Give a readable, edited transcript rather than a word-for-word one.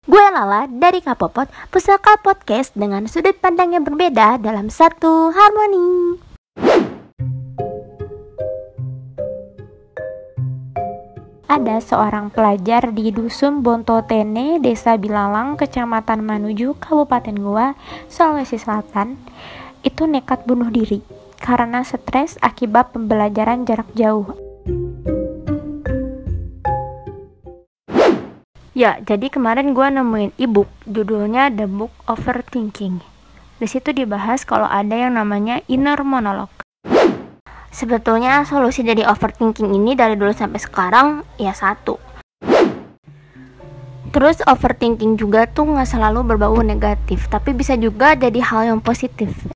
Gue Lala dari Kapopot, Pusaka Podcast dengan sudut pandang yang berbeda dalam satu harmoni. Ada seorang pelajar di Dusun Bontotene, Desa Bilalang, Kecamatan Manuju, Kabupaten Goa, Sulawesi Selatan, itu nekat bunuh diri karena stres akibat pembelajaran jarak jauh. Ya, jadi kemarin gue nemuin e-book, judulnya The Book Overthinking. Di situ dibahas kalau ada yang namanya inner monologue. Sebetulnya solusi dari overthinking ini dari dulu sampai sekarang ya satu. Terus overthinking juga tuh nggak selalu berbau negatif, tapi bisa juga jadi hal yang positif.